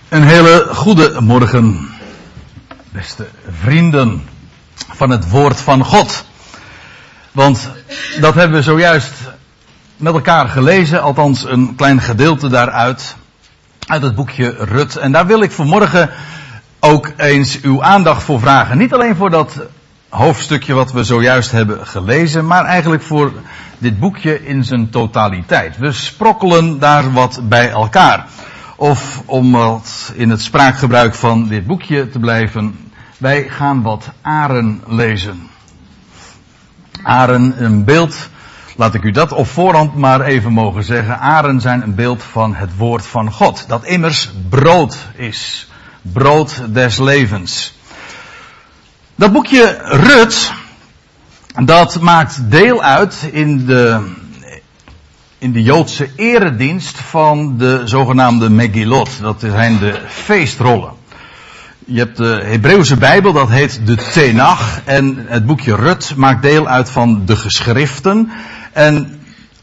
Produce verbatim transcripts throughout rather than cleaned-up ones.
Een hele goede morgen, beste vrienden van het woord van God. Want dat hebben we zojuist met elkaar gelezen, althans een klein gedeelte daaruit, uit het boekje Rut. En daar wil ik vanmorgen ook eens uw aandacht voor vragen. Niet alleen voor dat hoofdstukje wat we zojuist hebben gelezen, maar eigenlijk voor dit boekje in zijn totaliteit. We sprokkelen daar wat bij elkaar. Of om wat in het spraakgebruik van dit boekje te blijven, wij gaan wat aren lezen. Aren, een beeld, laat ik u dat op voorhand maar even mogen zeggen. Aren zijn een beeld van het woord van God, dat immers brood is. Brood des levens. Dat boekje Rut, dat maakt deel uit in de... in de Joodse eredienst van de zogenaamde Megillot. Dat zijn de feestrollen. Je hebt de Hebreeuwse Bijbel, dat heet de Tenach. En het boekje Rut maakt deel uit van de geschriften. En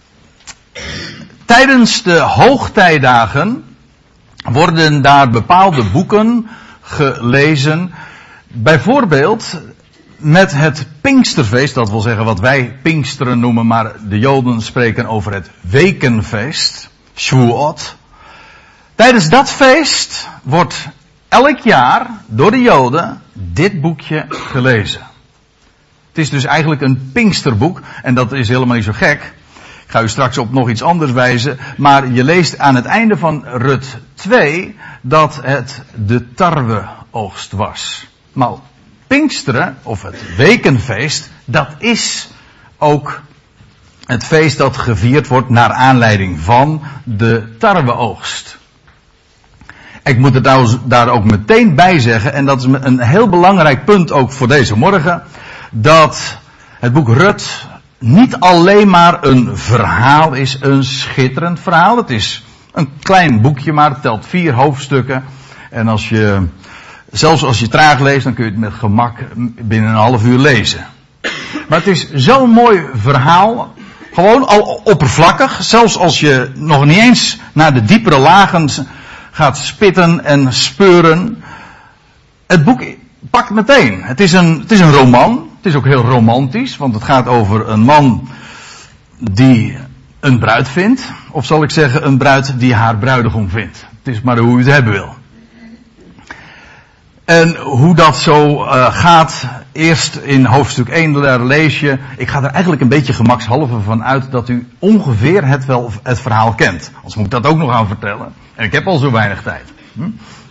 tijdens de hoogtijdagen worden daar bepaalde boeken gelezen. Bijvoorbeeld met het Pinksterfeest, dat wil zeggen wat wij Pinksteren noemen, maar de Joden spreken over het wekenfeest, Shavuot. Tijdens dat feest wordt elk jaar door de Joden dit boekje gelezen. Het is dus eigenlijk een Pinksterboek, en dat is helemaal niet zo gek. Ik ga u straks op nog iets anders wijzen, maar je leest aan het einde van Rut twee dat het de tarweoogst was. Maar Pinksteren, of het wekenfeest, dat is ook het feest dat gevierd wordt naar aanleiding van de tarweoogst. Ik moet het daar ook meteen bij zeggen, en dat is een heel belangrijk punt ook voor deze morgen, dat het boek Rut niet alleen maar een verhaal is, een schitterend verhaal. Het is een klein boekje, maar het telt vier hoofdstukken. En als je... Zelfs als je traag leest, dan kun je het met gemak binnen een half uur lezen. Maar het is zo'n mooi verhaal. Gewoon al oppervlakkig. Zelfs als je nog niet eens naar de diepere lagen gaat spitten en speuren. Het boek pakt meteen. Het is een, het is een roman. Het is ook heel romantisch. Want het gaat over een man die een bruid vindt. Of zal ik zeggen, een bruid die haar bruidegom vindt. Het is maar hoe je het hebben wil. En hoe dat zo uh, gaat, eerst in hoofdstuk één, daar lees je, ik ga er eigenlijk een beetje gemakshalve van uit dat u ongeveer het wel het verhaal kent. Anders moet ik dat ook nog gaan vertellen. En ik heb al zo weinig tijd. Hm?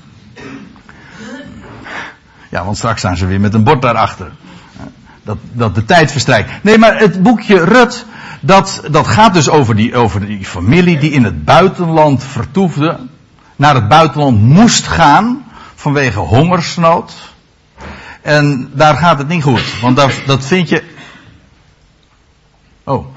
Ja, want straks staan ze weer met een bord daarachter. Dat, dat de tijd verstrijkt. Nee, maar het boekje Rut, dat, dat gaat dus over die, over die familie die in het buitenland vertoefde, naar het buitenland moest gaan, vanwege hongersnood. En daar gaat het niet goed. Want dat, dat vind je... Oh.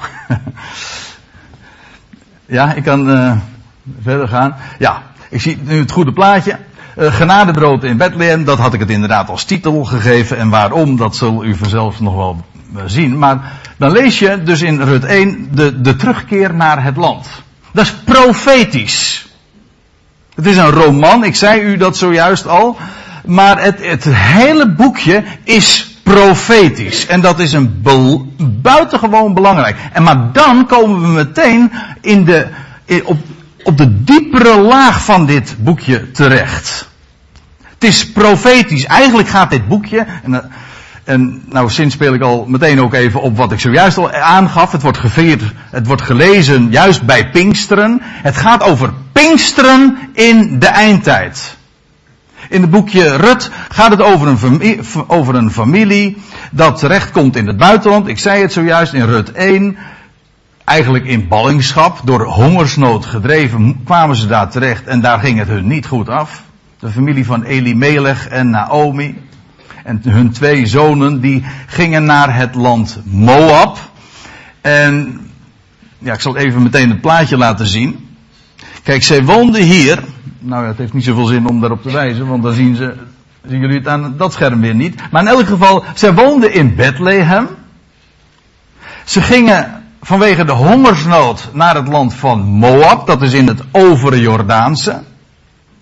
Ja, ik kan uh, verder gaan. Ja, ik zie nu het goede plaatje. Uh, genadebrood in Bethlehem, dat had ik het inderdaad als titel gegeven. En waarom, dat zul u vanzelf nog wel zien. Maar dan lees je dus in Rut één de, de terugkeer naar het land. Dat is profetisch. Het is een roman, ik zei u dat zojuist al. Maar het, het hele boekje is profetisch. En dat is een bel, buitengewoon belangrijk. En maar dan komen we meteen in de, in, op, op de diepere laag van dit boekje terecht. Het is profetisch. Eigenlijk gaat dit boekje... En, en nou, sinds speel ik al meteen ook even op wat ik zojuist al aangaf. Het wordt gevierd, het wordt gelezen juist bij Pinksteren. Het gaat over Pinksteren in de eindtijd. In het boekje Rut gaat het over een, familie, over een familie dat terechtkomt in het buitenland. Ik zei het zojuist in Rut één. Eigenlijk in ballingschap, door hongersnood gedreven, kwamen ze daar terecht en daar ging het hun niet goed af. De familie van Elimelech en Naomi. En hun twee zonen, die gingen naar het land Moab. En, ja, ik zal even meteen het plaatje laten zien. Kijk, zij woonden hier. Nou ja, het heeft niet zoveel zin om daarop te wijzen, want dan zien ze, zien jullie het aan dat scherm weer niet. Maar in elk geval, zij woonden in Bethlehem. Ze gingen vanwege de hongersnood naar het land van Moab, dat is in het overe Jordaanse.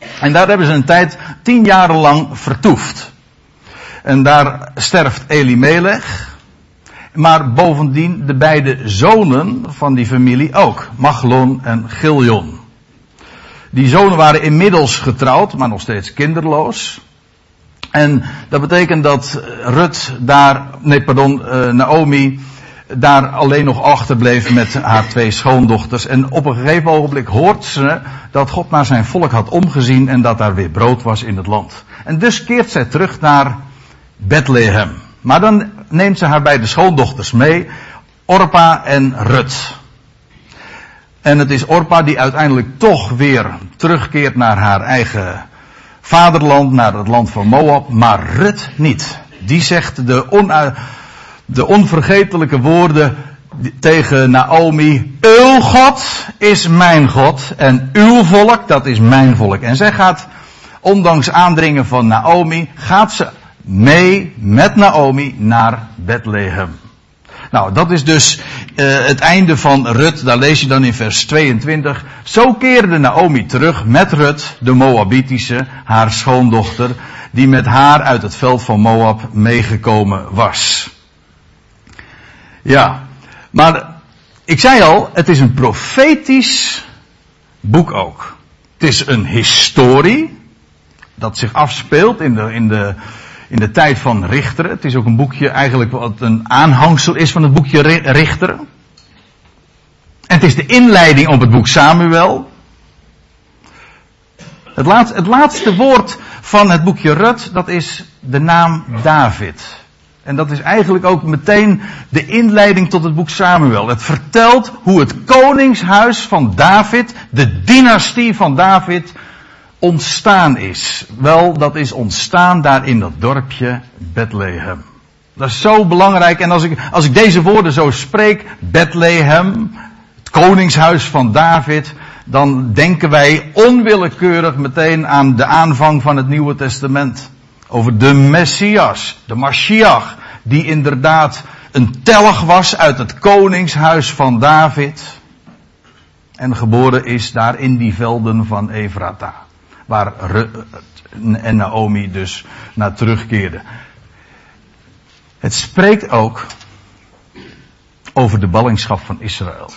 En daar hebben ze een tijd, tien jaren lang vertoefd. En daar sterft Elimelech. Maar bovendien de beide zonen van die familie ook. Machlon en Giljon. Die zonen waren inmiddels getrouwd, maar nog steeds kinderloos. En dat betekent dat Rut daar, nee pardon, uh, Naomi daar alleen nog achterbleef met haar twee schoondochters. En op een gegeven ogenblik hoort ze dat God naar zijn volk had omgezien en dat daar weer brood was in het land. En dus keert zij terug naar Bethlehem. Maar dan neemt ze haar beide schoondochters mee, Orpa en Rut. En het is Orpa die uiteindelijk toch weer terugkeert naar haar eigen vaderland, naar het land van Moab, maar Rut niet. Die zegt de, on, de onvergetelijke woorden tegen Naomi: uw God is mijn God en uw volk, dat is mijn volk. En zij gaat, ondanks aandringen van Naomi, gaat ze mee met Naomi naar Bethlehem. Nou, dat is dus uh, het einde van Rut. Daar lees je dan in vers tweeëntwintig. Zo keerde Naomi terug met Rut, de Moabitische, haar schoondochter, die met haar uit het veld van Moab meegekomen was. Ja, maar ik zei al, het is een profetisch boek ook. Het is een historie dat zich afspeelt in de, in de, in de tijd van Richteren. Het is ook een boekje eigenlijk wat een aanhangsel is van het boekje Richteren. En het is de inleiding op het boek Samuel. Het laatste, het laatste woord van het boekje Rut, dat is de naam David. En dat is eigenlijk ook meteen de inleiding tot het boek Samuel. Het vertelt hoe het koningshuis van David, de dynastie van David, ontstaan is. Wel, dat is ontstaan daar in dat dorpje Bethlehem. Dat is zo belangrijk. En als ik, als ik deze woorden zo spreek, Bethlehem, het koningshuis van David, dan denken wij onwillekeurig meteen aan de aanvang van het Nieuwe Testament. Over de Messias, de Mashiach, die inderdaad een telg was uit het koningshuis van David. En geboren is daar in die velden van Efrata. Waar Rut en Naomi dus naar terugkeerden. Het spreekt ook over de ballingschap van Israël.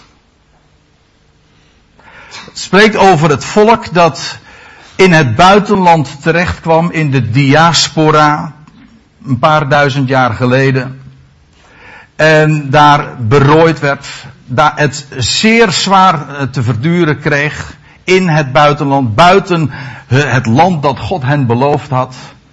Het spreekt over het volk dat in het buitenland terechtkwam, in de diaspora, een paar duizend jaar geleden. En daar berooid werd, daar het zeer zwaar te verduren kreeg in het buitenland, buiten het land dat God hen beloofd had.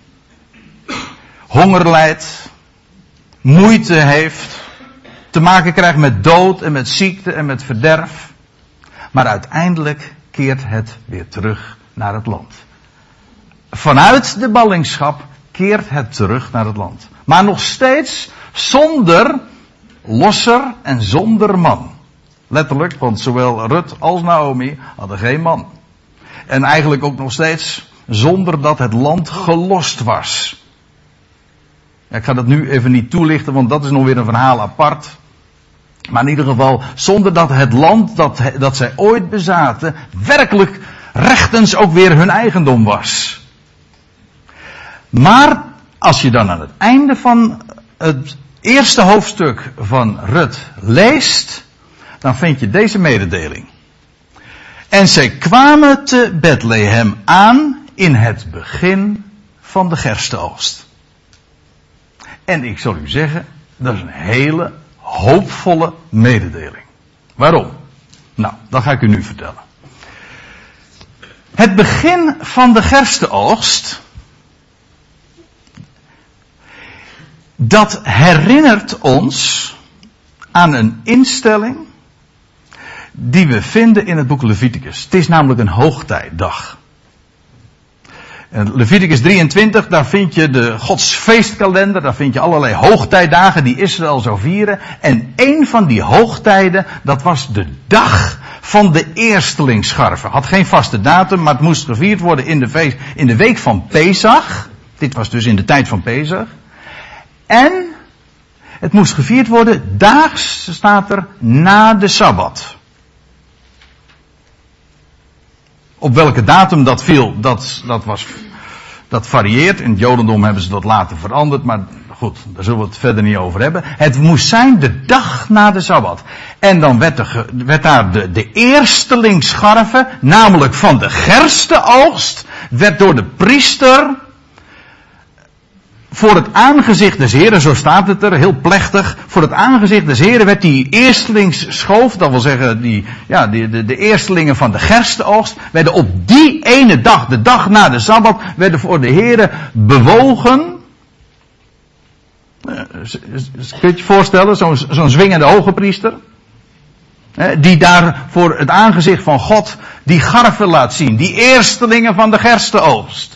Honger lijdt, moeite heeft, te maken krijgt met dood en met ziekte en met verderf. Maar uiteindelijk keert het weer terug naar het land. Vanuit de ballingschap keert het terug naar het land. Maar nog steeds zonder losser en zonder man. Letterlijk, want zowel Rut als Naomi hadden geen man. En eigenlijk ook nog steeds zonder dat het land gelost was. Ja, ik ga dat nu even niet toelichten, want dat is nog weer een verhaal apart. Maar in ieder geval, zonder dat het land dat, dat zij ooit bezaten, werkelijk rechtens ook weer hun eigendom was. Maar als je dan aan het einde van het eerste hoofdstuk van Rut leest, dan vind je deze mededeling. En zij kwamen te Bethlehem aan in het begin van de gerstenoogst. En ik zal u zeggen, dat is een hele hoopvolle mededeling. Waarom? Nou, dat ga ik u nu vertellen. Het begin van de gerstenoogst, dat herinnert ons aan een instelling die we vinden in het boek Leviticus. Het is namelijk een hoogtijdag. En Leviticus drieëntwintig, daar vind je de Gods feestkalender, daar vind je allerlei hoogtijdagen die Israël zou vieren. En een van die hoogtijden, dat was de dag van de eerstelingsscharven. Had geen vaste datum, maar het moest gevierd worden in de, feest, in de week van Pesach. Dit was dus in de tijd van Pesach. En het moest gevierd worden daags, staat er, na de Sabbat. Op welke datum dat viel, dat, dat, was, dat varieert. In het Jodendom hebben ze dat later veranderd, maar goed, daar zullen we het verder niet over hebben. Het moest zijn de dag na de Sabbat. En dan werd, er, werd daar de, de eerstelingsscharve, namelijk van de gerstenoogst, werd door de priester voor het aangezicht des Heren, zo staat het er, heel plechtig, voor het aangezicht des Heren werd die eerstelingsschoof, dat wil zeggen die, ja, die, de, de eerstelingen van de gerstenoogst, werden op die ene dag, de dag na de Sabbat, werden voor de Heren bewogen. Kun je je voorstellen, zo'n, zo'n zwingende hoge priester, die daar voor het aangezicht van God die garven laat zien, die eerstelingen van de gerstenoogst.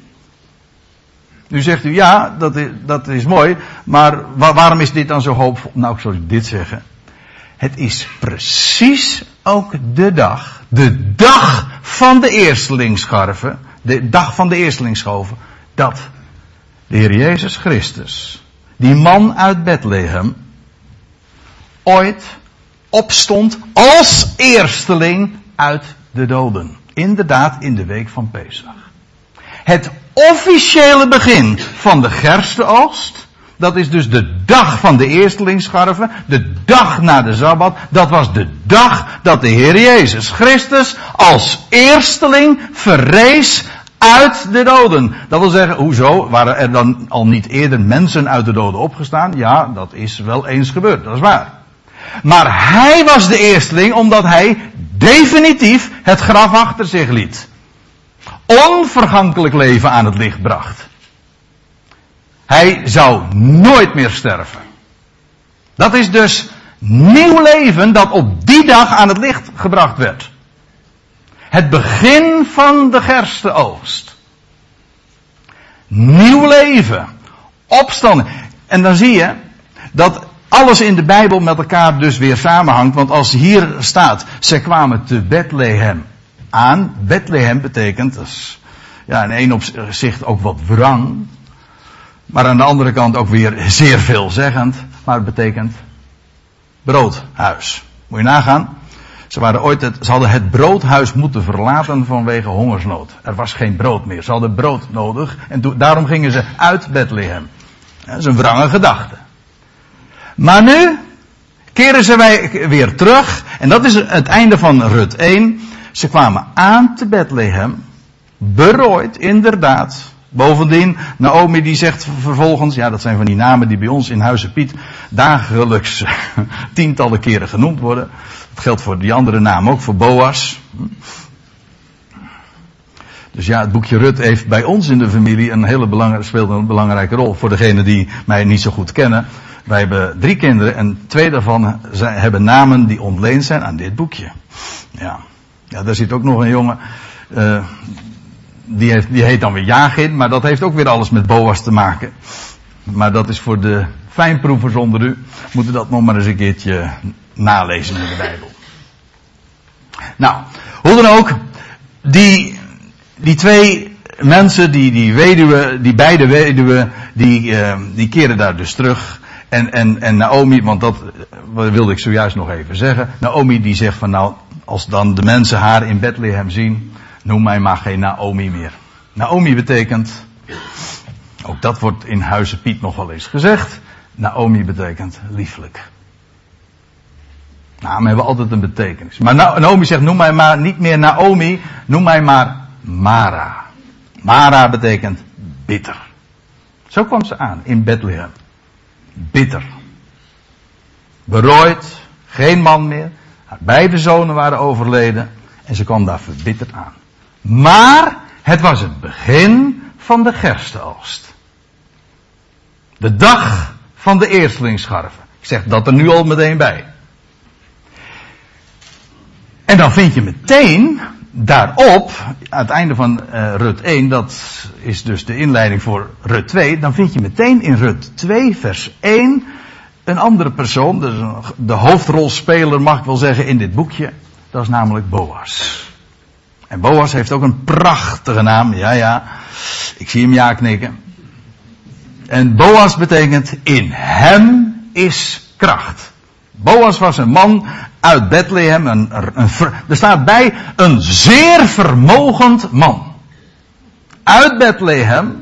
Nu zegt u, ja, dat is, dat is mooi, maar waar, waarom is dit dan zo hoopvol? Nou, ik zal u dit zeggen. Het is precies ook de dag, de dag van de eerstelingsscharven, de dag van de eerstelingsschoven, dat de Heer Jezus Christus, die man uit Bethlehem, ooit opstond als eersteling uit de doden. Inderdaad, in de week van Pesach. Het officiële begin van de gerstenoogst, dat is dus de dag van de eerstelingsscharven, de dag na de Sabbat, dat was de dag dat de Heer Jezus Christus als eersteling verrees uit de doden. Dat wil zeggen, hoezo? Waren er dan al niet eerder mensen uit de doden opgestaan? Ja, dat is wel eens gebeurd, dat is waar. Maar hij was de eersteling omdat hij definitief het graf achter zich liet. Onvergankelijk leven aan het licht bracht. Hij zou nooit meer sterven. Dat is dus nieuw leven dat op die dag aan het licht gebracht werd. Het begin van de gerstenoogst. Nieuw leven. Opstanding. En dan zie je dat alles in de Bijbel met elkaar dus weer samenhangt. Want als hier staat, zij kwamen te Bethlehem aan. Bethlehem betekent, dat is, ja, in één opzicht ook wat wrang. Maar aan de andere kant ook weer zeer veelzeggend. Maar het betekent broodhuis. Moet je nagaan. Ze, waren ooit het, ze hadden het broodhuis moeten verlaten vanwege hongersnood. Er was geen brood meer. Ze hadden brood nodig. En to, daarom gingen ze uit Bethlehem. Dat is een wrange gedachte. Maar nu keren ze wij weer terug. En dat is het einde van Rut één. Ze kwamen aan te Bethlehem. Berooid, inderdaad. Bovendien, Naomi die zegt vervolgens, ja, dat zijn van die namen die bij ons in Huize Piet dagelijks tientallen keren genoemd worden. Dat geldt voor die andere naam ook, voor Boas. Dus ja, het boekje Rut heeft bij ons in de familie een hele belangrijke, speelt een belangrijke rol. Voor degenen die mij niet zo goed kennen. Wij hebben drie kinderen en twee daarvan zijn, hebben namen die ontleend zijn aan dit boekje. Ja, ja, daar zit ook nog een jongen. Uh, Die, heeft, die heet dan weer Jagin, maar dat heeft ook weer alles met Boas te maken. Maar dat is voor de fijnproevers onder u. Moeten dat nog maar eens een keertje nalezen in de Bijbel. Nou, hoe dan ook. Die, die twee mensen, die, die weduwe, die beide weduwen, die, uh, die keren daar dus terug. En, en, en Naomi, want dat wilde ik zojuist nog even zeggen. Naomi die zegt van nou, als dan de mensen haar in Bethlehem zien, noem mij maar geen Naomi meer. Naomi betekent, ook dat wordt in Huize Piet nog wel eens gezegd, Naomi betekent lieflijk. Namen hebben altijd een betekenis. Maar Naomi zegt, noem mij maar niet meer Naomi, noem mij maar Mara. Mara betekent bitter. Zo kwam ze aan in Bethlehem. Bitter. Berooid, geen man meer. Haar beide zonen waren overleden en ze kwam daar verbitterd aan. Maar het was het begin van de gerstenoogst. De dag van de eerstelingsscharven. Ik zeg dat er nu al meteen bij. En dan vind je meteen daarop, aan het einde van uh, Rut één, dat is dus de inleiding voor Rut twee, dan vind je meteen in Rut twee vers één een andere persoon, dus de hoofdrolspeler mag ik wel zeggen in dit boekje, dat is namelijk Boas. En Boas heeft ook een prachtige naam. Ja, ja. Ik zie hem ja knikken. En Boas betekent in hem is kracht. Boas was een man uit Bethlehem. Een, een, er staat bij een zeer vermogend man. Uit Bethlehem.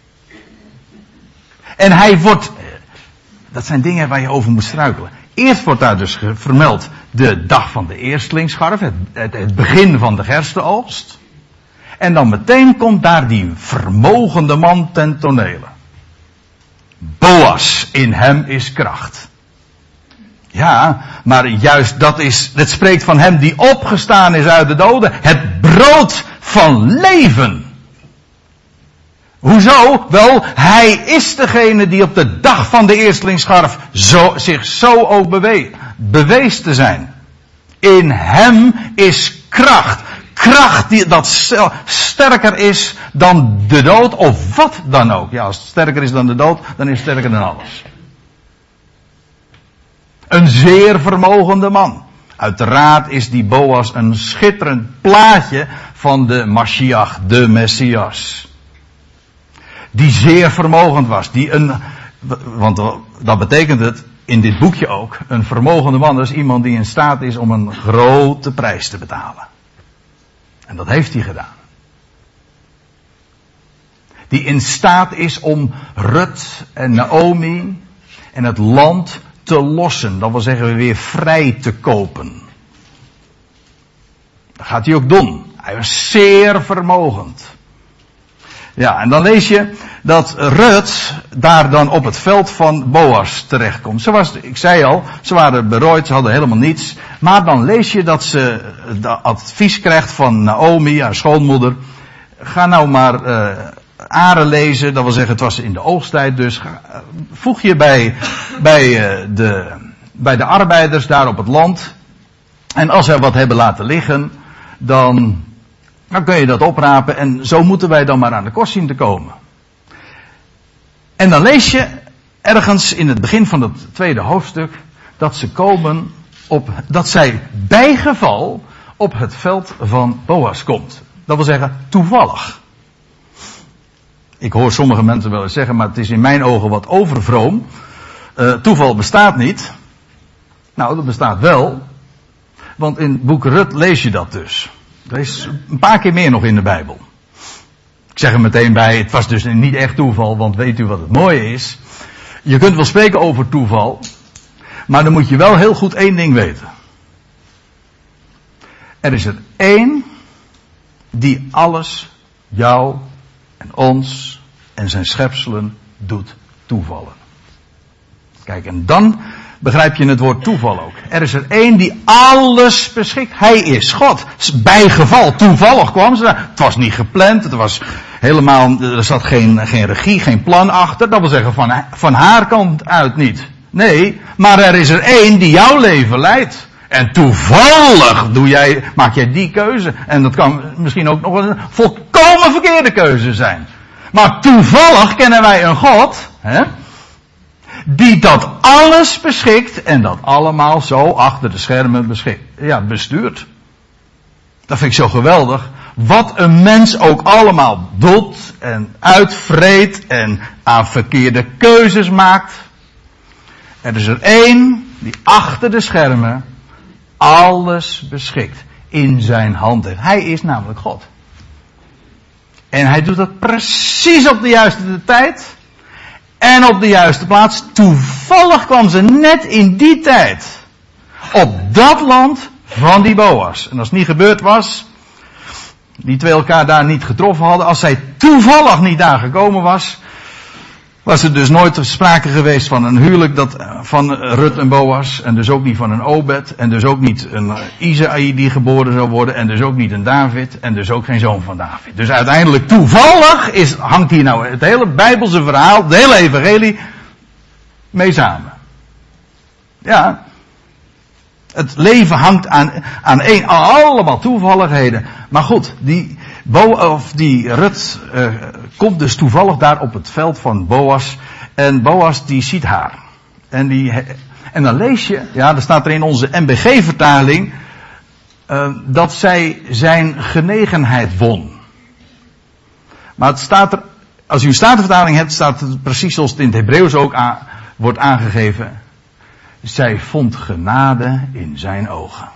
En hij wordt... Dat zijn dingen waar je over moet struikelen. Eerst wordt daar dus vermeld de dag van de eerstlingsscharf. Het, het, het begin van de gerstenoogst. En dan meteen komt daar die vermogende man ten tonele. Boas, in hem is kracht. Ja, maar juist dat is, het spreekt van hem die opgestaan is uit de doden. Het brood van leven. Hoezo? Wel, hij is degene die op de dag van de eerstlingsscharf zo, zich zo ook bewees, bewees te zijn. In hem is kracht. Kracht die dat sterker is dan de dood of wat dan ook. Ja, als het sterker is dan de dood, dan is het sterker dan alles. Een zeer vermogende man. Uiteraard is die Boas een schitterend plaatje van de Mashiach, de Messias. Die zeer vermogend was. Die een, want dat betekent het in dit boekje ook. Een vermogende man is iemand die in staat is om een grote prijs te betalen. En dat heeft hij gedaan. Die in staat is om Rut en Naomi en het land te lossen. Dat wil zeggen weer vrij te kopen. Dat gaat hij ook doen. Hij was zeer vermogend. Ja, en dan lees je dat Rut daar dan op het veld van Boas terechtkomt. Ze was, ik zei al, ze waren berooid, ze hadden helemaal niets. Maar dan lees je dat ze het advies krijgt van Naomi, haar schoonmoeder. Ga nou maar uh, aren lezen, dat wil zeggen het was in de oogsttijd dus. Ga, voeg je bij, bij, uh, de, bij de arbeiders daar op het land. En als zij wat hebben laten liggen, dan... Dan kun je dat oprapen en zo moeten wij dan maar aan de kost zien te komen. En dan lees je ergens in het begin van het tweede hoofdstuk dat ze komen op, dat zij bij geval op het veld van Boas komt. Dat wil zeggen toevallig. Ik hoor sommige mensen wel eens zeggen, maar het is in mijn ogen wat overvroom. Uh, toeval bestaat niet. Nou, dat bestaat wel. Want in het boek Rut lees je dat dus. Er is een paar keer meer nog in de Bijbel. Ik zeg er meteen bij, het was dus niet echt toeval, want weet u wat het mooie is? Je kunt wel spreken over toeval, maar dan moet je wel heel goed één ding weten. Er is er één die alles, jou en ons en zijn schepselen doet toevallen. Kijk, en dan begrijp je het woord toeval ook. Er is er één die alles beschikt. Hij is God. Bij geval, toevallig kwam ze daar. Het was niet gepland. Het was helemaal, er zat geen, geen regie, geen plan achter. Dat wil zeggen van, van haar kant uit niet. Nee, maar er is er één die jouw leven leidt. En toevallig doe jij, maak jij die keuze. En dat kan misschien ook nog een volkomen verkeerde keuze zijn. Maar toevallig kennen wij een God, hè? Die dat alles beschikt en dat allemaal zo achter de schermen beschikt, ja, bestuurt. Dat vind ik zo geweldig. Wat een mens ook allemaal doet en uitvreet en aan verkeerde keuzes maakt. Er is er één die achter de schermen alles beschikt. In zijn hand heeft. Hij is namelijk God. En hij doet dat precies op de juiste tijd. En op de juiste plaats. Toevallig kwam ze net in die tijd. Op dat land van die Boas. En als het niet gebeurd was. Die twee elkaar daar niet getroffen hadden. Als zij toevallig niet daar gekomen was. Was er dus nooit sprake geweest van een huwelijk dat, van Rut en Boas. En dus ook niet van een Obed. En dus ook niet een Isaï die geboren zou worden. En dus ook niet een David. En dus ook geen zoon van David. Dus uiteindelijk toevallig is, hangt hier nou het hele Bijbelse verhaal, het hele evangelie, mee samen. Ja. Het leven hangt aan, aan één, allemaal toevalligheden. Maar goed, die, Bo, of die Rut uh, komt dus toevallig daar op het veld van Boas. En Boas die ziet haar. En, die, en dan lees je, ja, er staat er in onze M B G-vertaling, uh, dat zij zijn genegenheid won. Maar het staat er, als u een Statenvertaling hebt, staat het precies zoals het in het Hebreeuws ook aan, wordt aangegeven. zij vond genade in zijn ogen.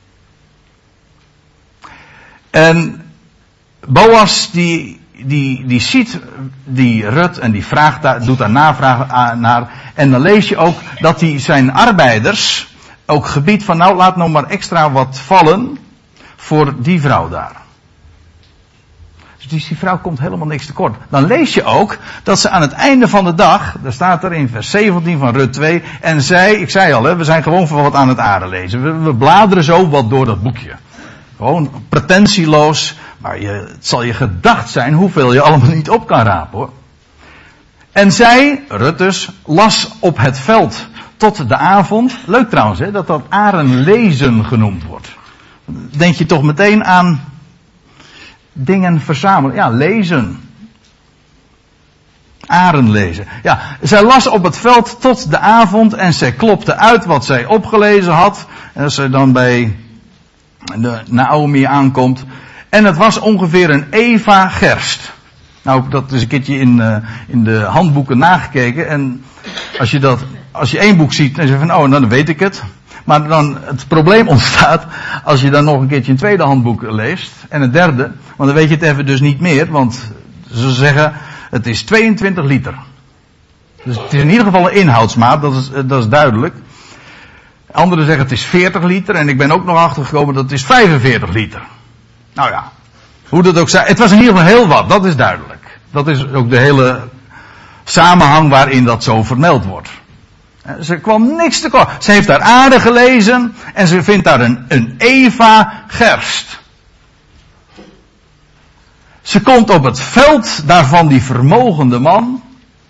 En Boas die, die, die ziet die Rut en die vraagt daar, doet daar navraag naar. En dan lees je ook dat hij zijn arbeiders ook gebiedt van nou laat nog maar extra wat vallen voor die vrouw daar. Dus die vrouw komt helemaal niks tekort. Dan lees je ook dat ze aan het einde van de dag, daar staat er in vers zeventien van Rut twee, en zij, ik zei al, hè, we zijn gewoon van wat aan het aarde lezen. We, we bladeren zo wat door dat boekje. Gewoon pretentieloos, maar je, het zal je gedacht zijn hoeveel je allemaal niet op kan rapen hoor. En zij, Rut dus, las op het veld tot de avond. Leuk trouwens hè, dat dat arenlezen genoemd wordt. Denk je toch meteen aan dingen verzamelen. Ja, lezen. Aren lezen. Ja, zij las op het veld tot de avond en zij klopte uit wat zij opgelezen had. En als zij dan bij de Naomi aankomt. En het was ongeveer een eva gerst. Nou, dat is een keertje in, uh, in de handboeken nagekeken. En als je dat, als je één boek ziet, dan zeg je van, oh, dan weet ik het. Maar dan het probleem ontstaat als je dan nog een keertje een tweede handboek leest. En een derde. Want dan weet je het even dus niet meer. Want ze zeggen, het is tweeëntwintig liter. Dus het is in ieder geval een inhoudsmaat, dat is, dat is duidelijk. Anderen zeggen het is veertig liter. En ik ben ook nog achtergekomen dat het is vijfenveertig liter. Nou ja, hoe dat ook zij. Het was in ieder geval heel wat, dat is duidelijk. Dat is ook de hele samenhang waarin dat zo vermeld wordt. Ze kwam niks tekort. Ze heeft daar aarde gelezen en ze vindt daar een, een eva gerst. Ze komt op het veld daarvan die vermogende man,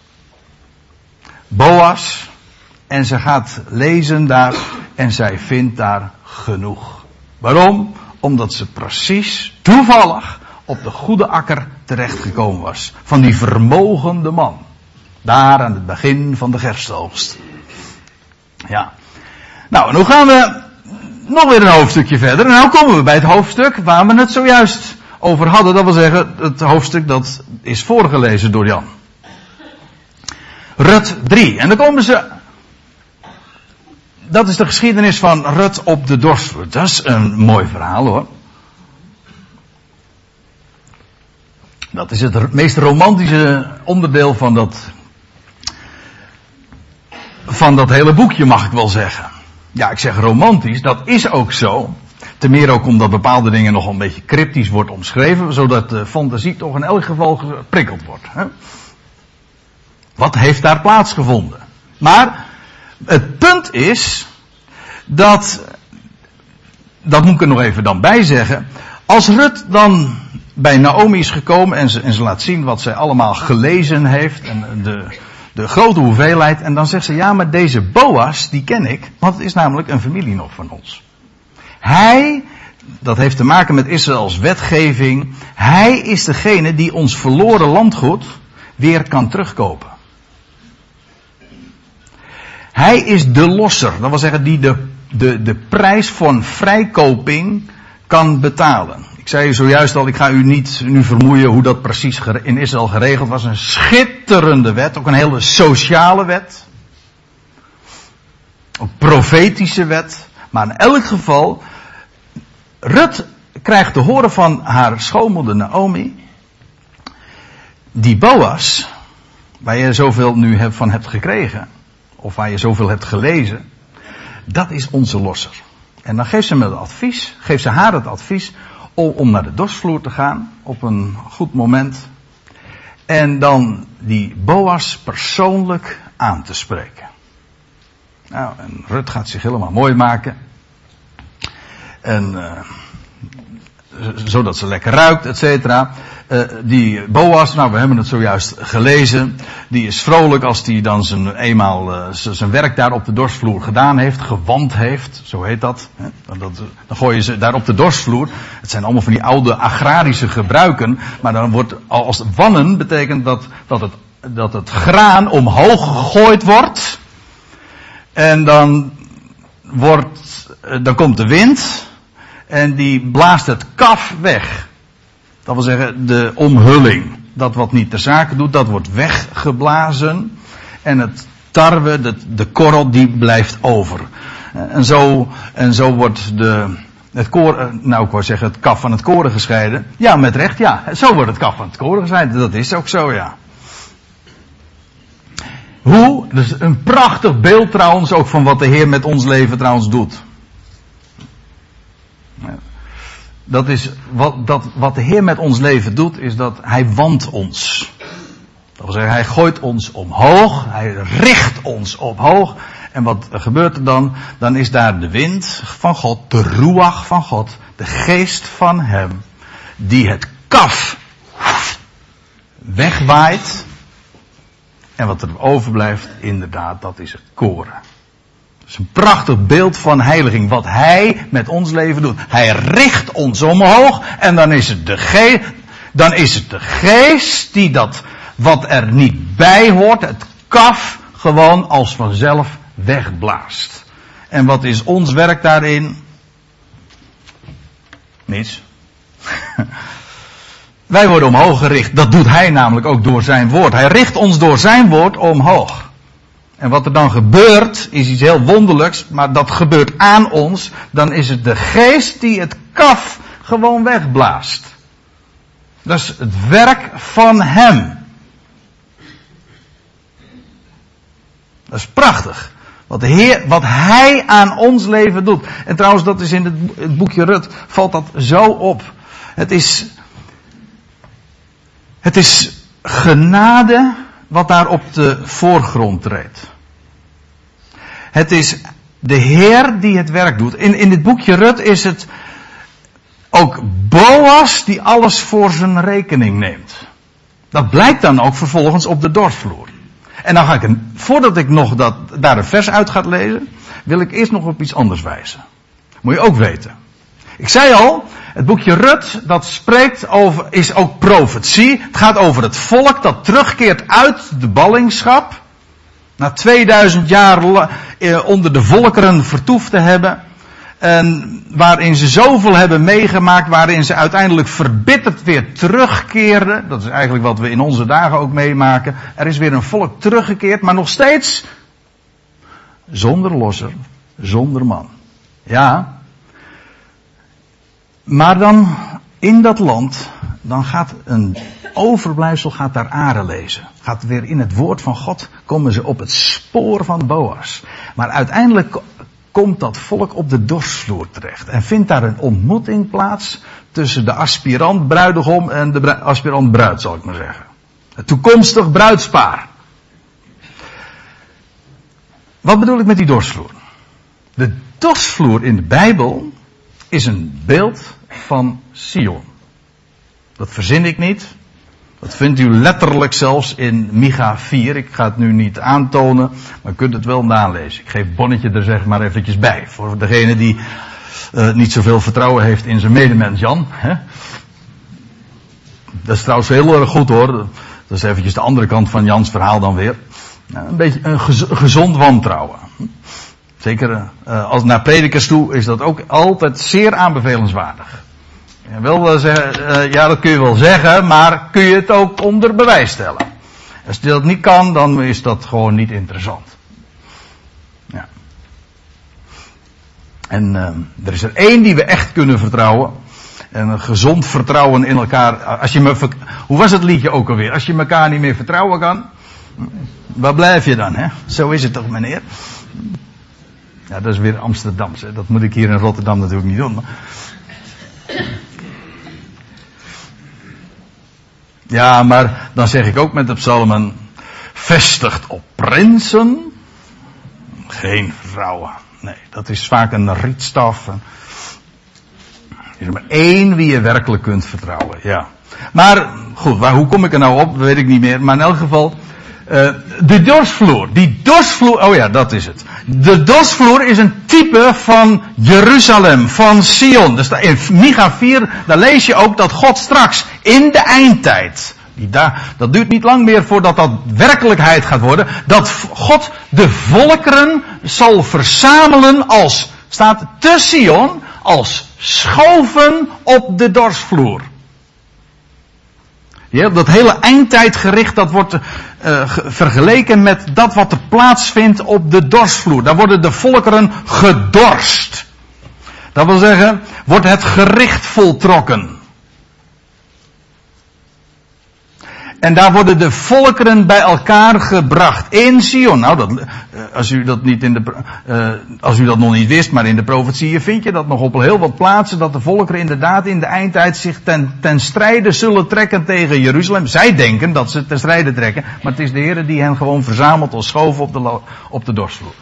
Boas, en ze gaat lezen daar en zij vindt daar genoeg. Waarom? Omdat ze precies toevallig op de goede akker terechtgekomen was. Van die vermogende man. Daar aan het begin van de gerstoogst. Ja. Nou, en hoe gaan we nog weer een hoofdstukje verder. En nou komen we bij het hoofdstuk waar we het zojuist over hadden. Dat wil zeggen, het hoofdstuk dat is voorgelezen door Jan. Rut drie. En dan komen ze... Dat is de geschiedenis van Rut op de dorstvloer. Dat is een mooi verhaal hoor. Dat is het meest romantische onderdeel van dat... van dat hele boekje mag ik wel zeggen. Ja, ik zeg romantisch, dat is ook zo. Ten meer ook omdat bepaalde dingen nog een beetje cryptisch wordt omschreven, zodat de fantasie toch in elk geval geprikkeld wordt. Hè? Wat heeft daar plaatsgevonden? Maar het punt is dat, dat moet ik er nog even dan bij zeggen, als Rut dan bij Naomi is gekomen en ze, en ze laat zien wat zij allemaal gelezen heeft en de, de grote hoeveelheid, en dan zegt ze, ja, maar deze Boas, die ken ik, want het is namelijk een familie nog van ons. Hij, dat heeft te maken met Israëls wetgeving, hij is degene die ons verloren landgoed weer kan terugkopen. Hij is de losser, dat wil zeggen die de, de, de prijs van vrijkoping kan betalen. Ik zei u zojuist al, ik ga u niet nu vermoeien hoe dat precies in Israël geregeld was. Een schitterende wet, ook een hele sociale wet. Een profetische wet. Maar in elk geval, Rut krijgt te horen van haar schoonmoeder Naomi. Die Boas, waar je zoveel nu van hebt gekregen, of waar je zoveel hebt gelezen, dat is onze losser. En dan geeft ze me het advies, geeft ze haar het advies om naar de dorsvloer te gaan op een goed moment. En dan die Boas persoonlijk aan te spreken. Nou, en Rut gaat zich helemaal mooi maken. En uh, zodat ze lekker ruikt, et cetera. Uh, die Boas, nou we hebben het zojuist gelezen. Die is vrolijk als hij dan zijn, eenmaal uh, zijn werk daar op de dorsvloer gedaan heeft. Gewand heeft, zo heet dat. Hè? dat. Dan gooi je ze daar op de dorsvloer. Het zijn allemaal van die oude agrarische gebruiken. Maar dan wordt als wannen betekent dat, dat, het, dat het graan omhoog gegooid wordt. En dan wordt, dan komt de wind. En die blaast het kaf weg. Dat wil zeggen, de omhulling. Dat wat niet ter zake doet, dat wordt weggeblazen. En het tarwe, de, de korrel, die blijft over. En zo, en zo wordt de, het koren, nou ik wou zeggen het kaf van het koren gescheiden. Ja, met recht, ja. Zo wordt het kaf van het koren gescheiden. Dat is ook zo, ja. Hoe? Dus een prachtig beeld trouwens ook van wat de Heer met ons leven trouwens doet. Dat is wat, dat, wat de Heer met ons leven doet, is dat Hij wandt ons. Dat wil zeggen, Hij gooit ons omhoog, Hij richt ons omhoog. En wat gebeurt er dan? Dan is daar de wind van God, de ruach van God, de geest van Hem, die het kaf wegwaait. En wat er overblijft, inderdaad, dat is het koren. Dat is een prachtig beeld van heiliging, wat Hij met ons leven doet. Hij richt ons omhoog en dan is het de geest, dan is het de geest die dat, wat er niet bij hoort, het kaf, gewoon als vanzelf wegblaast. En wat is ons werk daarin? Niets. Wij worden omhoog gericht. Dat doet Hij namelijk ook door zijn woord. Hij richt ons door zijn woord omhoog. En wat er dan gebeurt, is iets heel wonderlijks, maar dat gebeurt aan ons. Dan is het de geest die het kaf gewoon wegblaast. Dat is het werk van Hem. Dat is prachtig. Wat, de Heer, wat Hij aan ons leven doet. En trouwens, dat is in het, het boekje Rut, valt dat zo op. Het is, het is genade wat daar op de voorgrond treedt. Het is de Heer die het werk doet. In, in dit boekje Rut is het ook Boas die alles voor zijn rekening neemt. Dat blijkt dan ook vervolgens op de dorsvloer. En dan ga ik, een, voordat ik nog dat, daar een vers uit ga lezen, wil ik eerst nog op iets anders wijzen. Moet je ook weten. Ik zei al, het boekje Rut, dat spreekt over, is ook profetie. Het gaat over het volk dat terugkeert uit de ballingschap. Na tweeduizend jaar onder de volkeren vertoefd te hebben. En waarin ze zoveel hebben meegemaakt, waarin ze uiteindelijk verbitterd weer terugkeerden. Dat is eigenlijk wat we in onze dagen ook meemaken. Er is weer een volk teruggekeerd, maar nog steeds zonder losser, zonder man. Ja. Maar dan in dat land, dan gaat een overblijfsel gaat daar aren lezen. Gaat weer in het woord van God, komen ze op het spoor van Boas. Maar uiteindelijk komt dat volk op de dorsvloer terecht. En vindt daar een ontmoeting plaats tussen de aspirant bruidegom en de aspirant bruid, zal ik maar zeggen. Het toekomstig bruidspaar. Wat bedoel ik met die dorsvloer? De dorsvloer in de Bijbel is een beeld van Sion. Dat verzin ik niet. Dat vindt u letterlijk zelfs in Micha vier. Ik ga het nu niet aantonen, maar u kunt het wel nalezen. Ik geef Bonnetje er zeg maar eventjes bij. Voor degene die uh, niet zoveel vertrouwen heeft in zijn medemens Jan. Hè? Dat is trouwens heel erg goed hoor. Dat is eventjes de andere kant van Jans verhaal dan weer. Nou, een beetje een gez- gezond wantrouwen. Zeker uh, als naar predikers toe is dat ook altijd zeer aanbevelenswaardig. Je wil zeggen, uh, ja dat kun je wel zeggen, maar kun je het ook onder bewijs stellen. Als je dat niet kan, dan is dat gewoon niet interessant. Ja. En uh, er is er één die we echt kunnen vertrouwen. En een gezond vertrouwen in elkaar. Als je me, hoe was het liedje ook alweer? Als je elkaar niet meer vertrouwen kan, waar blijf je dan? Hè? Zo is het toch meneer? Ja, dat is weer Amsterdamse. Dat moet ik hier in Rotterdam natuurlijk niet doen. Maar... Ja, maar dan zeg ik ook met de psalmen, vestigt op prinsen, geen vrouwen. Nee, dat is vaak een rietstaf. Er is er maar één wie je werkelijk kunt vertrouwen, ja. Maar, goed, waar, hoe kom ik er nou op, weet ik niet meer. Maar in elk geval, uh, de dorsvloer. Die dorsvloer, oh ja, dat is het. De dorsvloer is een type van Jeruzalem, van Sion. Dus in Micha vier, daar lees je ook dat God straks in de eindtijd, die daar, dat duurt niet lang meer voordat dat werkelijkheid gaat worden, dat God de volkeren zal verzamelen als, staat te Sion, als schoven op de dorsvloer. Ja, dat hele eindtijdgericht, dat wordt uh, ge- vergeleken met dat wat er plaatsvindt op de dorsvloer. Daar worden de volkeren gedorst. Dat wil zeggen, wordt het gericht voltrokken. En daar worden de volkeren bij elkaar gebracht. In Sion. Nou, dat, als u dat niet in de, uh, als u dat nog niet wist, maar in de profetieën vind je dat nog op heel wat plaatsen, dat de volkeren inderdaad in de eindtijd zich ten, ten strijde zullen trekken tegen Jeruzalem. Zij denken dat ze ten strijde trekken, maar het is de Heer die hen gewoon verzamelt als schoof op de, op de dorsvloer.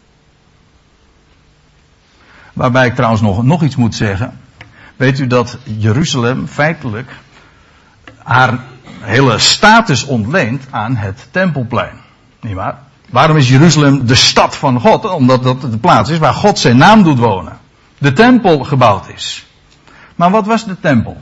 Waarbij ik trouwens nog, nog iets moet zeggen. Weet u dat Jeruzalem feitelijk haar hele status ontleent aan het Tempelplein. Niet waar? Waarom is Jeruzalem de stad van God? Omdat dat de plaats is waar God zijn naam doet wonen. De tempel gebouwd is. Maar wat was de tempel?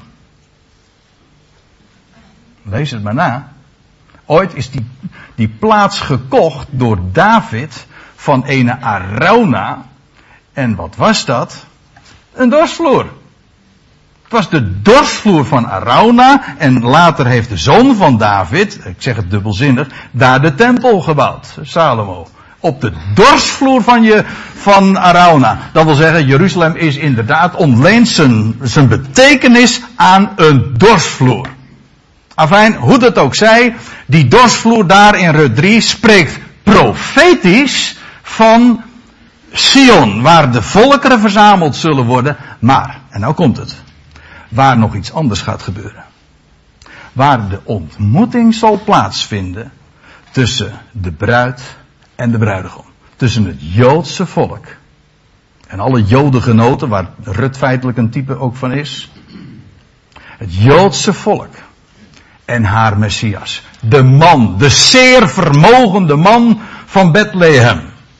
Lees het maar na. Ooit is die, die plaats gekocht door David van ene Arauna. En wat was dat? Een dorsvloer. Het was de dorsvloer van Arauna en later heeft de zoon van David, ik zeg het dubbelzinnig, daar de tempel gebouwd, Salomo. Op de dorsvloer van, je, van Arauna. Dat wil zeggen, Jeruzalem is inderdaad ontleent zijn, zijn betekenis aan een dorsvloer. Afijn, hoe dat ook zij, die dorsvloer daar in Rut drie spreekt profetisch van Sion, waar de volkeren verzameld zullen worden, maar, en nou komt het, waar nog iets anders gaat gebeuren. Waar de ontmoeting zal plaatsvinden tussen de bruid en de bruidegom. Tussen het Joodse volk en alle Jodengenoten, waar Rut feitelijk een type ook van is. Het Joodse volk en haar Messias. De man, de zeer vermogende man van Bethlehem.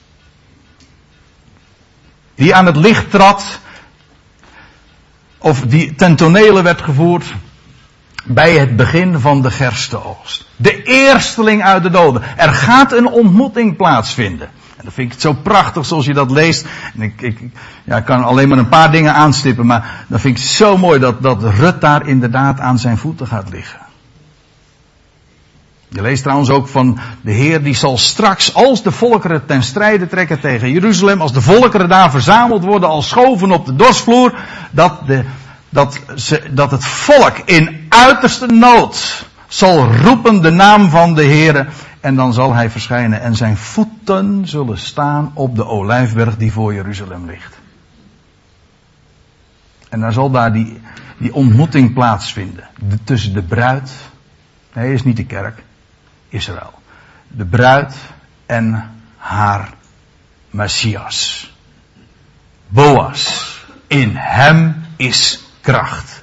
Die aan het licht trad, of die ten tonele werd gevoerd bij het begin van de gerstenoogst. De eersteling uit de doden. Er gaat een ontmoeting plaatsvinden. En dan vind ik het zo prachtig zoals je dat leest. En ik, ik, ja, ik kan alleen maar een paar dingen aanstippen, maar dan vind ik het zo mooi dat, dat Rut daar inderdaad aan zijn voeten gaat liggen. Je leest trouwens ook van de Heer die zal straks, als de volkeren ten strijde trekken tegen Jeruzalem, als de volkeren daar verzameld worden als schoven op de dorsvloer, dat, de, dat, ze, dat het volk in uiterste nood zal roepen de naam van de Heer en dan zal hij verschijnen en zijn voeten zullen staan op de olijfberg die voor Jeruzalem ligt. En dan zal daar die, die ontmoeting plaatsvinden de, tussen de bruid, nee, is niet de kerk, Israël. De bruid en haar Messias. Boas. In hem is kracht.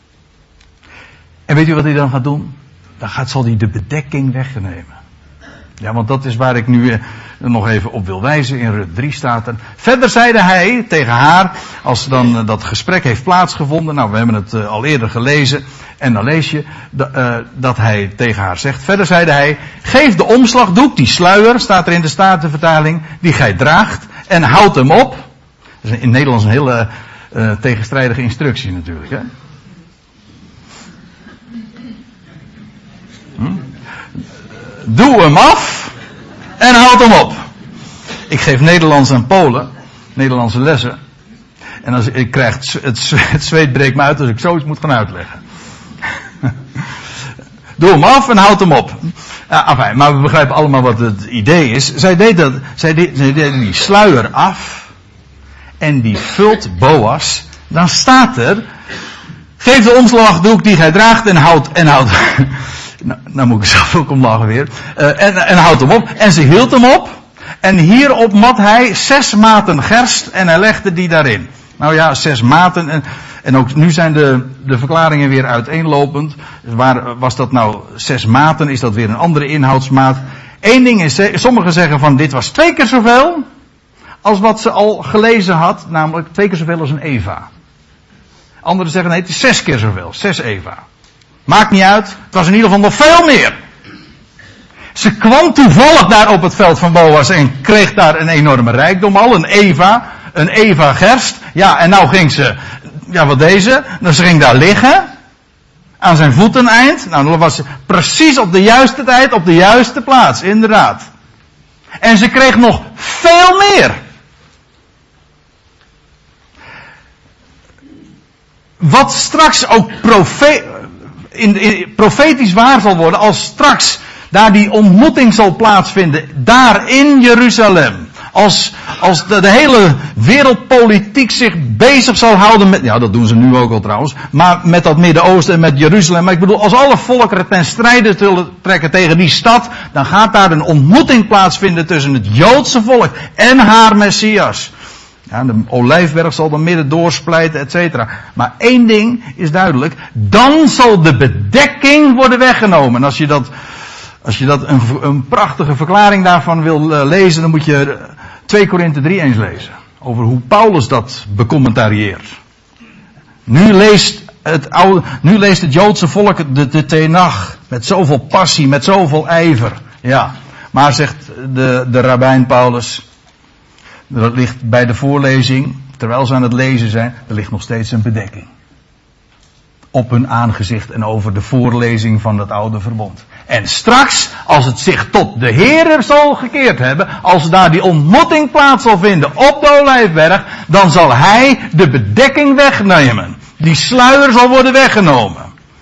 En weet u wat hij dan gaat doen? Dan gaat, zal hij de bedekking wegnemen. Ja, want dat is waar ik nu eh, nog even op wil wijzen. In Rut drie staat er. Verder zeide hij tegen haar, als dan uh, dat gesprek heeft plaatsgevonden. Nou, we hebben het uh, al eerder gelezen. En dan lees je d- uh, dat hij tegen haar zegt. Verder zeide hij, geef de omslagdoek, die sluier, staat er in de Statenvertaling, die gij draagt. En houd hem op. Dat is in het Nederlands een hele uh, tegenstrijdige instructie natuurlijk. Hè? Hm? Doe hem af en houd hem op. Ik geef Nederlands aan Polen, Nederlandse lessen. En als ik krijg het, het, het zweet breekt me uit als ik zoiets moet gaan uitleggen. Doe hem af en houd hem op. Ja, afijn, maar we begrijpen allemaal wat het idee is. Zij deed dat, zij deed, zij deed die sluier af en die vult Boas. Dan staat er, geef de omslagdoek die gij draagt en houd en houd. Nou, nou moet ik zelf ook om lachen weer. Uh, en, en houdt hem op. En ze hield hem op. En hierop mat hij zes maten gerst en hij legde die daarin. Nou ja, zes maten. En, en ook nu zijn de, de verklaringen weer uiteenlopend. Waar was dat nou zes maten? Is dat weer een andere inhoudsmaat? Eén ding is, sommigen zeggen van dit was twee keer zoveel als wat ze al gelezen had. Namelijk twee keer zoveel als een eva. Anderen zeggen nee, het is zes keer zoveel. Zes eva. Maakt niet uit. Het was in ieder geval nog veel meer. Ze kwam toevallig daar op het veld van Boas en kreeg daar een enorme rijkdom al. Een eva. Een eva gerst. Ja, en nou ging ze. Ja, wat deze. Dus ze ging daar liggen. aan zijn voeteneind. Nou, dat was precies op de juiste tijd, op de juiste plaats, inderdaad. En ze kreeg nog veel meer. Wat straks ook profe- in, in, profetisch waar zal worden, als straks daar die ontmoeting zal plaatsvinden, daar in Jeruzalem. Als, als de, de hele wereldpolitiek zich bezig zal houden met, ja dat doen ze nu ook al trouwens, maar met dat Midden-Oosten en met Jeruzalem. Maar ik bedoel, als alle volkeren ten strijde zullen trekken tegen die stad, dan gaat daar een ontmoeting plaatsvinden tussen het Joodse volk en haar Messias. Ja, de olijfberg zal dan midden doorsplijten, et cetera. Maar één ding is duidelijk, dan zal de bedekking worden weggenomen. En als je dat, als je dat een, een prachtige verklaring daarvan wil uh, lezen, dan moet je twee Korinthe drie eens lezen. Over hoe Paulus dat becommentarieert. Nu leest het oude, nu leest het Joodse volk de, de Tenach met zoveel passie, met zoveel ijver. Ja, maar zegt de, de rabbijn Paulus, er ligt bij de voorlezing, terwijl ze aan het lezen zijn, er ligt nog steeds een bedekking. Op hun aangezicht en over de voorlezing van het oude verbond. En straks, als het zich tot de Heere zal gekeerd hebben, als daar die ontmoeting plaats zal vinden op de Olijfberg, dan zal hij de bedekking wegnemen. Die sluier zal worden weggenomen.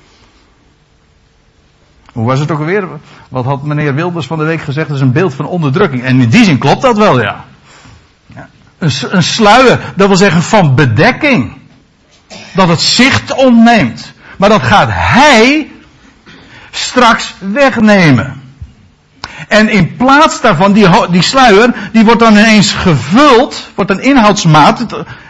Hoe was het ook alweer? Wat had meneer Wilders van de week gezegd? Dat is een beeld van onderdrukking. En in die zin klopt dat wel, ja. ja. Een, een sluier, dat wil zeggen van bedekking. Dat het zicht ontneemt. Maar dat gaat hij straks wegnemen. En in plaats daarvan, die, die sluier, die wordt dan ineens gevuld, wordt een inhoudsmaat,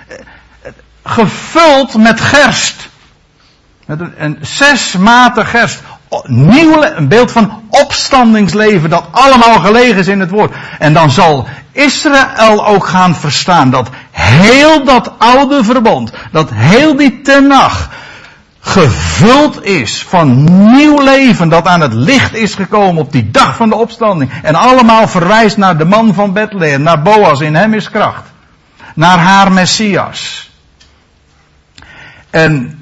gevuld met gerst. Met een, een zes maten gerst. Nieuw, een beeld van opstandingsleven dat allemaal gelegen is in het woord. En dan zal Israël ook gaan verstaan dat heel dat oude verbond, dat heel die tenach gevuld is van nieuw leven dat aan het licht is gekomen op die dag van de opstanding. En allemaal verwijst naar de man van Bethlehem, naar Boas, in hem is kracht. Naar haar Messias. En,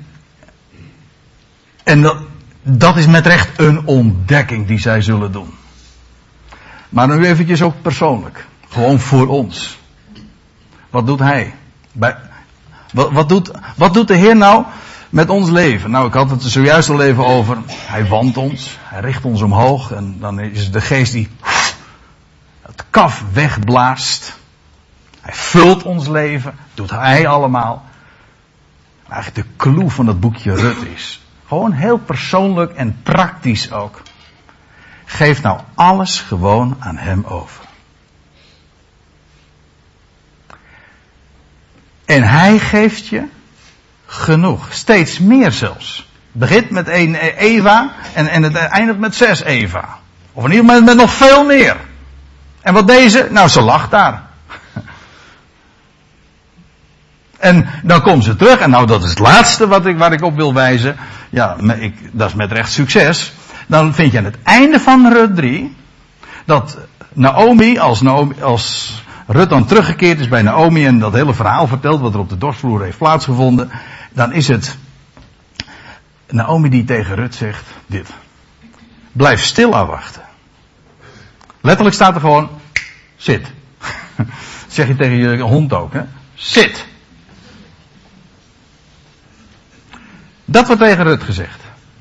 en dat, dat is met recht een ontdekking die zij zullen doen. Maar nu eventjes ook persoonlijk. Gewoon voor ons. Wat doet hij? Bij, wat, wat, doet, wat doet de Heer nou met ons leven? Nou, ik had het er zojuist al even over. Hij wandt ons. Hij richt ons omhoog. En dan is het de geest die het kaf wegblaast. Hij vult ons leven. Doet hij allemaal. Eigenlijk de clue van dat boekje Rut is. Gewoon heel persoonlijk en praktisch ook. Geef nou alles gewoon aan hem over. En hij geeft je genoeg. Steeds meer zelfs. Het begint met één Eva en, en het eindigt met zes Eva. Of in ieder geval met nog veel meer. En wat deze? Nou, ze lacht daar. En dan komt ze terug. En nou, dat is het laatste wat ik, waar ik op wil wijzen. Ja, ik, dat is met recht succes. Dan vind je aan het einde van Rut drie dat Naomi, als, Naomi, als Rut dan teruggekeerd is bij Naomi en dat hele verhaal vertelt wat er op de dorsvloer heeft plaatsgevonden, dan is het Naomi die tegen Rut zegt dit. Blijf stil afwachten. Letterlijk staat er gewoon, zit. Dat zeg je tegen je hond ook, hè. Zit. Dat wordt tegen Rut gezegd.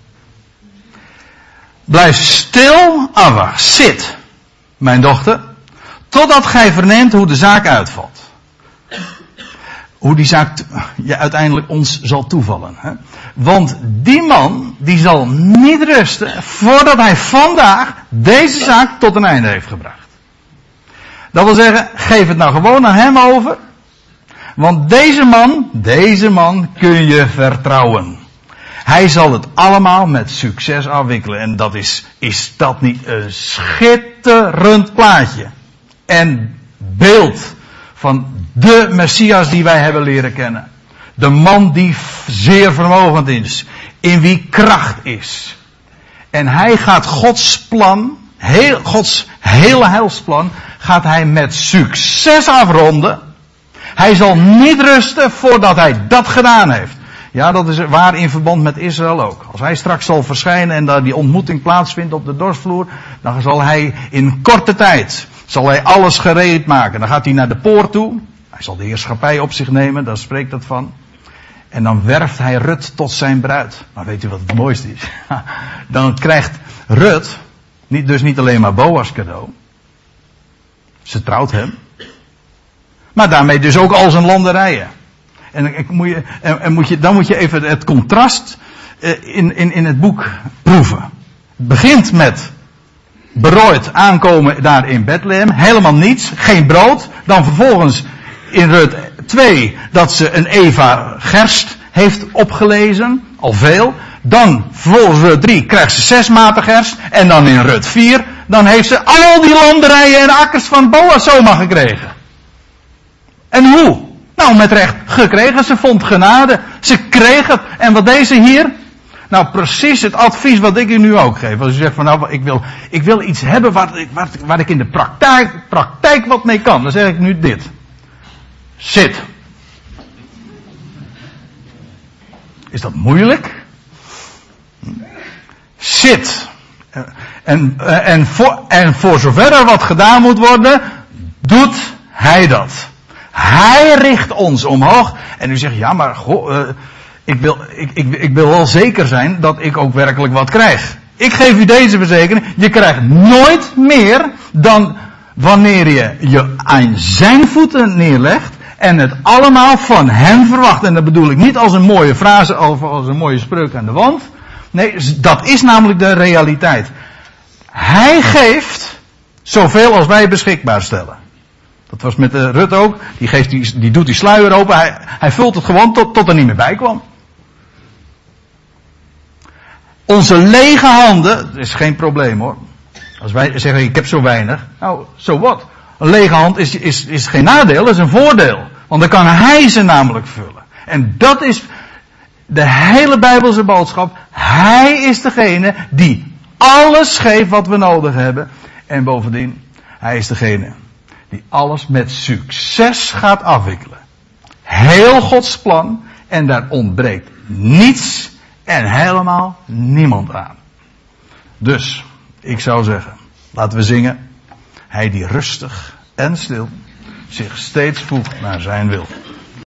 Blijf stil afwachten. Zit, mijn dochter, totdat gij verneemt hoe de zaak uitvalt. Hoe die zaak ja, uiteindelijk ons zal toevallen. Hè? Want die man, die zal niet rusten voordat hij vandaag deze zaak tot een einde heeft gebracht. Dat wil zeggen, geef het nou gewoon aan hem over. Want deze man, deze man kun je vertrouwen. Hij zal het allemaal met succes afwikkelen. En dat is, is dat niet een schitterend plaatje. En beeld van de Messias die wij hebben leren kennen. De man die zeer vermogend is. In wie kracht is. En hij gaat Gods plan, heel, Gods hele heilsplan, gaat hij met succes afronden. Hij zal niet rusten voordat hij dat gedaan heeft. Ja, dat is waar in verband met Israël ook. Als hij straks zal verschijnen en daar die ontmoeting plaatsvindt op de dorsvloer, dan zal hij in korte tijd, zal hij alles gereed maken. Dan gaat hij naar de poort toe. Hij zal de heerschappij op zich nemen, daar spreekt dat van. En dan werft hij Rut tot zijn bruid. Maar weet u wat het mooiste is? Dan krijgt Rut, niet, dus niet alleen maar Boas cadeau. Ze trouwt hem. Maar daarmee dus ook al zijn landerijen. En, en, moet je, en, en moet je, dan moet je even het contrast uh, in, in, in het boek proeven. Het begint met berooid aankomen daar in Bethlehem. Helemaal niets, geen brood. Dan vervolgens in Rut twee dat ze een eva gerst heeft opgelezen. Al veel. Dan vervolgens Rut drie krijgt ze zes maten gerst. En dan in Rut vier dan heeft ze al die landerijen en akkers van Boas zomaar gekregen. En hoe? Nou, met recht gekregen. Ze vond genade. Ze kreeg het. En wat deed ze hier? Nou, precies het advies wat ik u nu ook geef. Als u zegt van nou, ik wil, ik wil iets hebben waar, waar, waar ik in de praktijk, praktijk wat mee kan. Dan zeg ik nu dit. Zit. Is dat moeilijk? Zit. En, en, voor, en voor zover er wat gedaan moet worden, doet hij dat. Hij richt ons omhoog. En u zegt, ja maar goh, uh, ik, wil, ik, ik, ik wil wel zeker zijn dat ik ook werkelijk wat krijg. Ik geef u deze verzekering. Je krijgt nooit meer dan wanneer je je aan zijn voeten neerlegt. En het allemaal van hem verwacht. En dat bedoel ik niet als een mooie frase of als een mooie spreuk aan de wand. Nee, dat is namelijk de realiteit. Hij geeft zoveel als wij beschikbaar stellen. Dat was met de Rut ook. Die, geeft die, die doet die sluier open. Hij, hij vult het gewoon tot, tot er niet meer bij kwam. Onze lege handen, dat is geen probleem hoor. Als wij zeggen, ik heb zo weinig. Nou, so what? Een lege hand is, is, is geen nadeel, is een voordeel. Want dan kan hij ze namelijk vullen. En dat is de hele Bijbelse boodschap. Hij is degene die alles geeft wat we nodig hebben. En bovendien, hij is degene die alles met succes gaat afwikkelen. Heel Gods plan. En daar ontbreekt niets en helemaal niemand aan. Dus, ik zou zeggen, laten we zingen. Hij die rustig en stil zich steeds voegt naar zijn wil.